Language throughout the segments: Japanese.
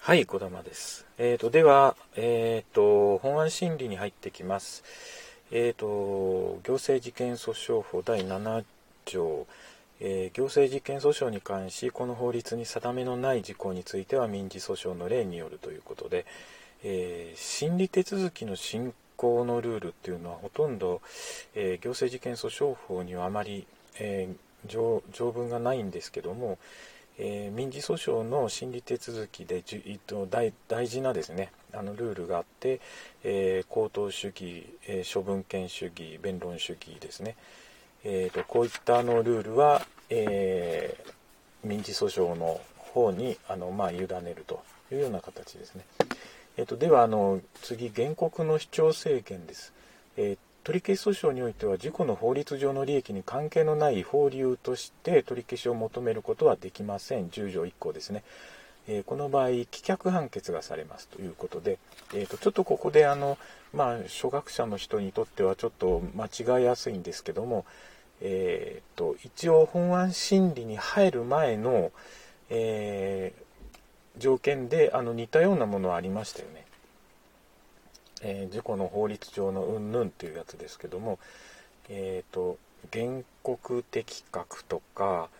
はい、小玉です。では、本案審理に入ってきます。行政事件訴訟法第7条、行政事件訴訟に関し、この法律に定めのない事項については民事訴訟の例によるということで、審理手続きの進行のルールっていうのはほとんど、行政事件訴訟法にはあまり、条文がないんですけども、民事訴訟の審理手続きで大事なですねルールがあって、口頭主義、処分権主義、弁論主義ですね、こういったルールは、民事訴訟の方に委ねるというような形ですね。では次、原告の主張制限です。取消訴訟においては自己の法律上の利益に関係のない法理由として取り消しを求めることはできません。10条1項ですね。この場合棄却判決がされますということで、ちょっとここで初学者の人にとってはちょっと間違いやすいんですけども、一応本案審理に入る前の、条件で似たようなものはありましたよね。自己の法律上の云々というやつですけども、原告的確とか、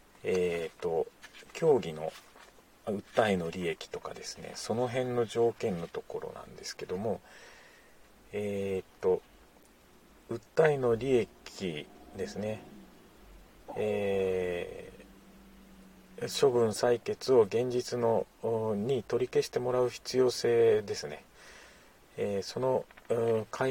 競技の訴えの利益とかですね、その辺の条件のところなんですけども、訴えの利益ですね、処分採決を現実のに取り消してもらう必要性ですね。その回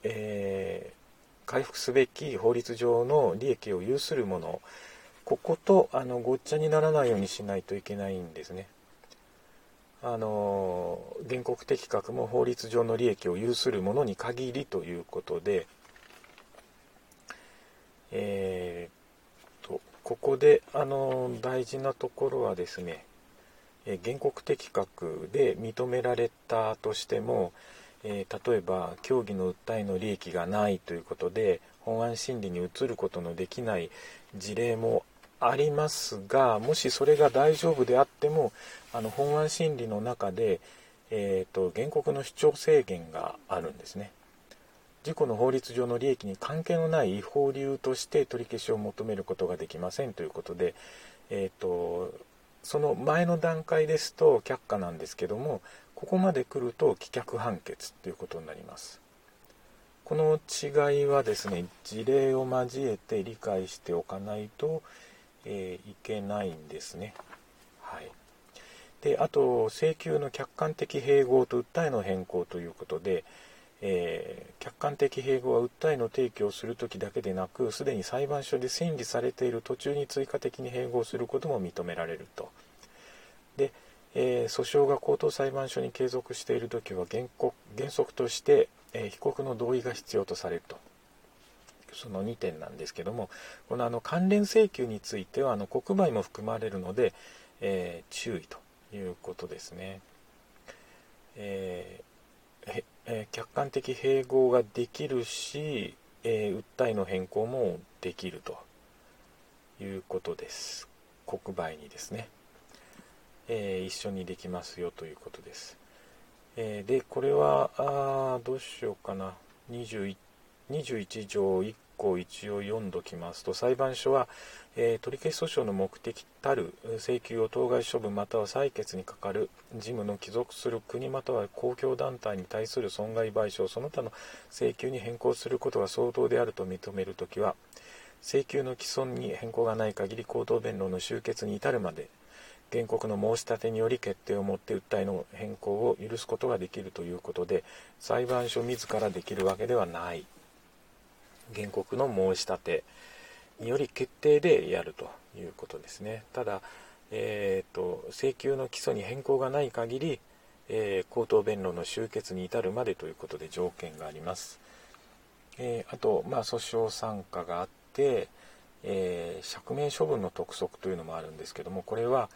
復すべき法律上の利益を有するもの、こことごっちゃにならないようにしないといけないんですね。原告的確も法律上の利益を有するものに限りということで、ここで大事なところはですね、原告的確で認められたとしても、例えば競技の訴えの利益がないということで本案審理に移ることのできない事例もありますが、もしそれが大丈夫であっても本案審理の中で、原告の主張制限があるんですね。自己の法律上の利益に関係のない違法理由として取り消しを求めることができませんということで、その前の段階ですと却下なんですけども、ここまで来ると棄却判決ということになります。この違いはですね、事例を交えて理解しておかないと、いけないんですね。はい。で、あと請求の客観的併合と訴えの変更ということで、客観的併合は訴えの提起をするときだけでなく、すでに裁判所で審理されている途中に追加的に併合することも認められると。で、訴訟が高等裁判所に継続しているときは原則として、被告の同意が必要とされると。その2点なんですけども、この関連請求については国売も含まれるので、注意ということですね。客観的併合ができるし、訴えの変更もできるということです。国売にですね、一緒にできますよということです。でこれはどうしようかな。21条1項一応読んどきますと、裁判所は、取消訴訟の目的たる請求を当該処分または採決にかかる事務の帰属する国または公共団体に対する損害賠償その他の請求に変更することが相当であると認めるときは、請求の既存に変更がない限り口頭弁論の終結に至るまで原告の申し立てにより決定をもって訴えの変更を許すことができるということで、裁判所自らできるわけではない。原告の申し立てにより決定でやるということですね。ただ、請求の基礎に変更がない限り、口頭弁論の終結に至るまでということで条件があります。あと、訴訟参加があって、釈明処分の督促というのもあるんですけども、これは、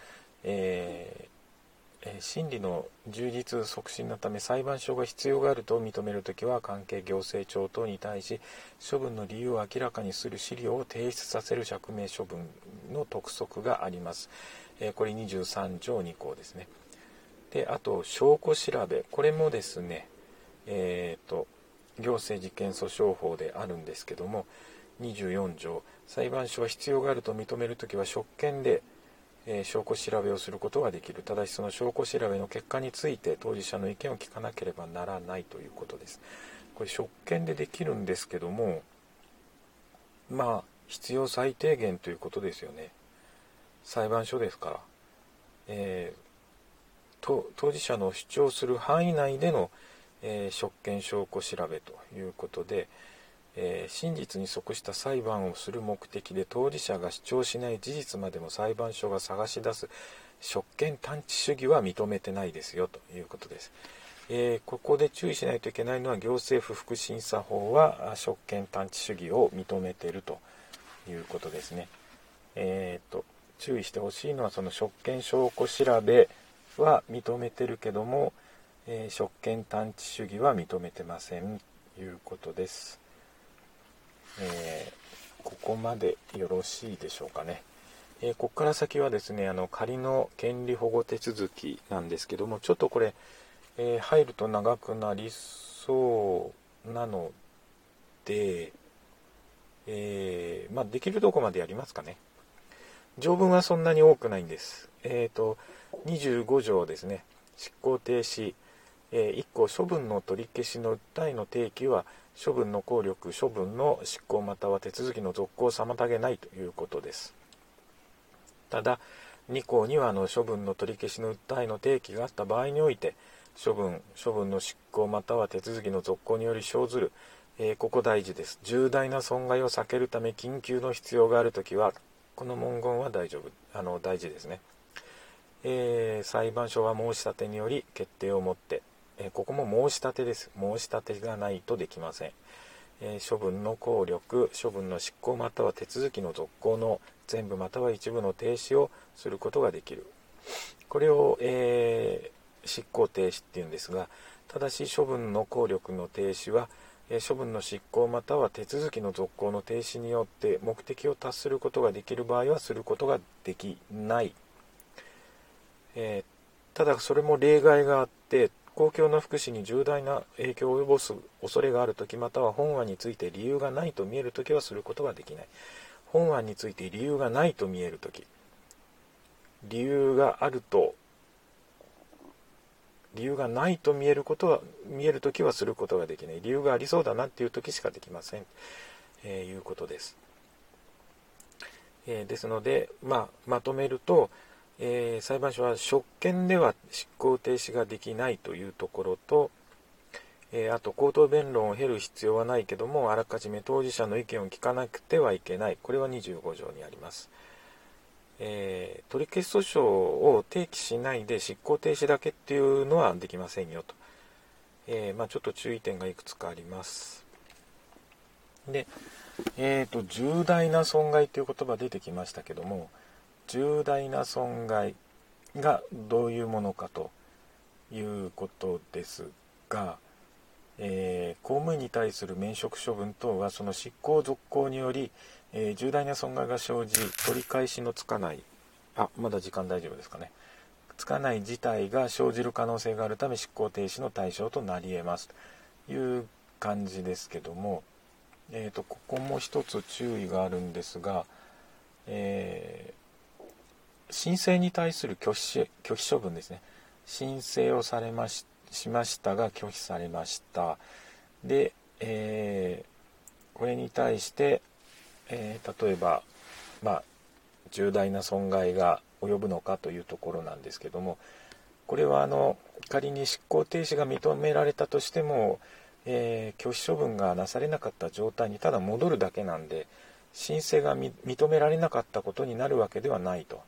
審理の充実促進のため裁判所が必要があると認めるときは関係行政庁等に対し処分の理由を明らかにする資料を提出させる釈明処分の督促があります。これ23条2項ですね。 で、あと証拠調べ、これもですね、行政事件訴訟法であるんですけども、24条、裁判所は必要があると認めるときは職権で、証拠調べをすることができる。ただしその証拠調べの結果について当事者の意見を聞かなければならないということです。これ職権でできるんですけども、必要最低限ということですよね。裁判所ですから、当事者の主張する範囲内での、職権証拠調べということで、真実に即した裁判をする目的で当事者が主張しない事実までも裁判所が探し出す職権探知主義は認めてないですよということです。ここで注意しないといけないのは、行政不服審査法は職権探知主義を認めているということですね。注意してほしいのは、その職権証拠調べは認めてるけども、職権探知主義は認めてませんということです。ここまでよろしいでしょうかね。ここから先はですね、仮の権利保護手続きなんですけども、ちょっとこれ、入ると長くなりそうなので、できるとこまでやりますかね。条文はそんなに多くないんです。25条ですね。執行停止、1項処分の取り消しの訴えの提起は処分の効力、処分の執行または手続きの続行を妨げないということです。ただ2項には処分の取り消しの訴えの提起があった場合において処分の執行または手続きの続行により生ずる、ここ大事です。重大な損害を避けるため緊急の必要があるときは、この文言は大事ですね。裁判所は申し立てにより決定をもって、ここも申し立てです。申し立てがないとできません。処分の効力、処分の執行または手続きの続行の全部または一部の停止をすることができる。これを、執行停止っていうんですが、ただし処分の効力の停止は、処分の執行または手続きの続行の停止によって目的を達することができる場合はすることができない。ただそれも例外があって、公共の福祉に重大な影響を及ぼす恐れがあるとき、または本案について理由がないと見えるときはすることができない。本案について理由がないと見えるとき、理由がないと見えるときはすることができない。理由がありそうだなっていうときしかできません、いうことです。ですので、まとめると、裁判所は職権では執行停止ができないというところと、あと口頭弁論を経る必要はないけどもあらかじめ当事者の意見を聞かなくてはいけない。これは25条にあります。取り消し訴訟を提起しないで執行停止だけっていうのはできませんよと。ちょっと注意点がいくつかあります。で、重大な損害という言葉出てきましたけども、重大な損害がどういうものかということですが、公務員に対する免職処分等はその執行続行により、重大な損害が生じ取り返しのつかないまだ時間大丈夫ですかね、つかない事態が生じる可能性があるため執行停止の対象となり得ますという感じですけども、ここも一つ注意があるんですが、申請に対する拒否処分ですね。申請をしましたが拒否されました。で、これに対して、例えば、重大な損害が及ぶのかというところなんですけども、これは仮に執行停止が認められたとしても、拒否処分がなされなかった状態にただ戻るだけなんで、申請が認められなかったことになるわけではないと。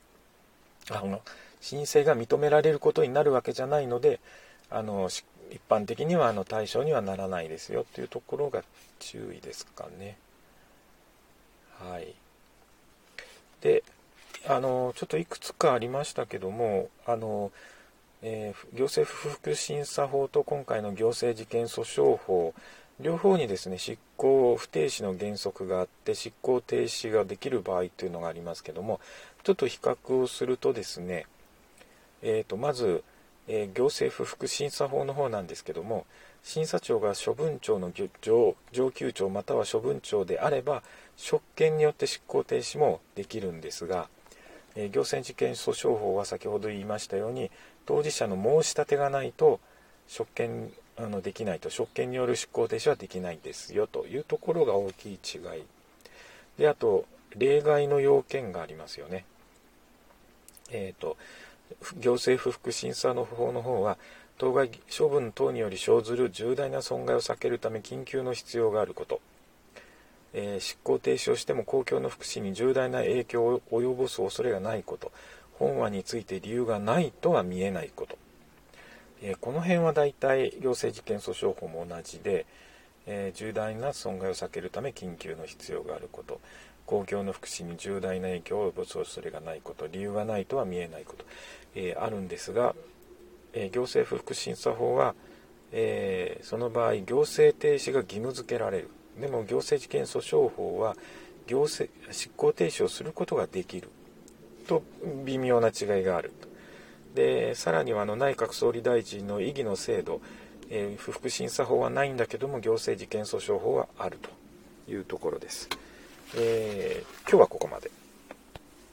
申請が認められることになるわけじゃないので、一般的には対象にはならないですよというところが注意ですかね。はい。で、ちょっといくつかありましたけども、行政不服審査法と今回の行政事件訴訟法、両方にですね、執行不停止の原則があって、執行停止ができる場合というのがありますけども、ちょっと比較をするとですね、まず、 行政不服審査法の方なんですけども、審査庁が処分庁の上級庁または処分庁であれば職権によって執行停止もできるんですが、行政事件訴訟法は先ほど言いましたように当事者の申し立てがないと職権できないと、職権による執行停止はできないんですよというところが大きい違いで、あと例外の要件がありますよね。行政不服審査の法の方は当該処分等により生ずる重大な損害を避けるため緊急の必要があること、執行停止をしても公共の福祉に重大な影響を及ぼす恐れがないこと、本案について理由がないとは見えないこと、この辺はだいたい行政事件訴訟法も同じで、重大な損害を避けるため緊急の必要があること、公共の福祉に重大な影響を及ぼす恐れがないこと、理由がないとは見えないこと、あるんですが、行政不服審査法は、その場合行政停止が義務付けられる。でも行政事件訴訟法は執行停止をすることができると微妙な違いがあると。でさらには内閣総理大臣の異議の制度、不服審査法はないんだけども行政事件訴訟法はあるというところです。今日はここまで。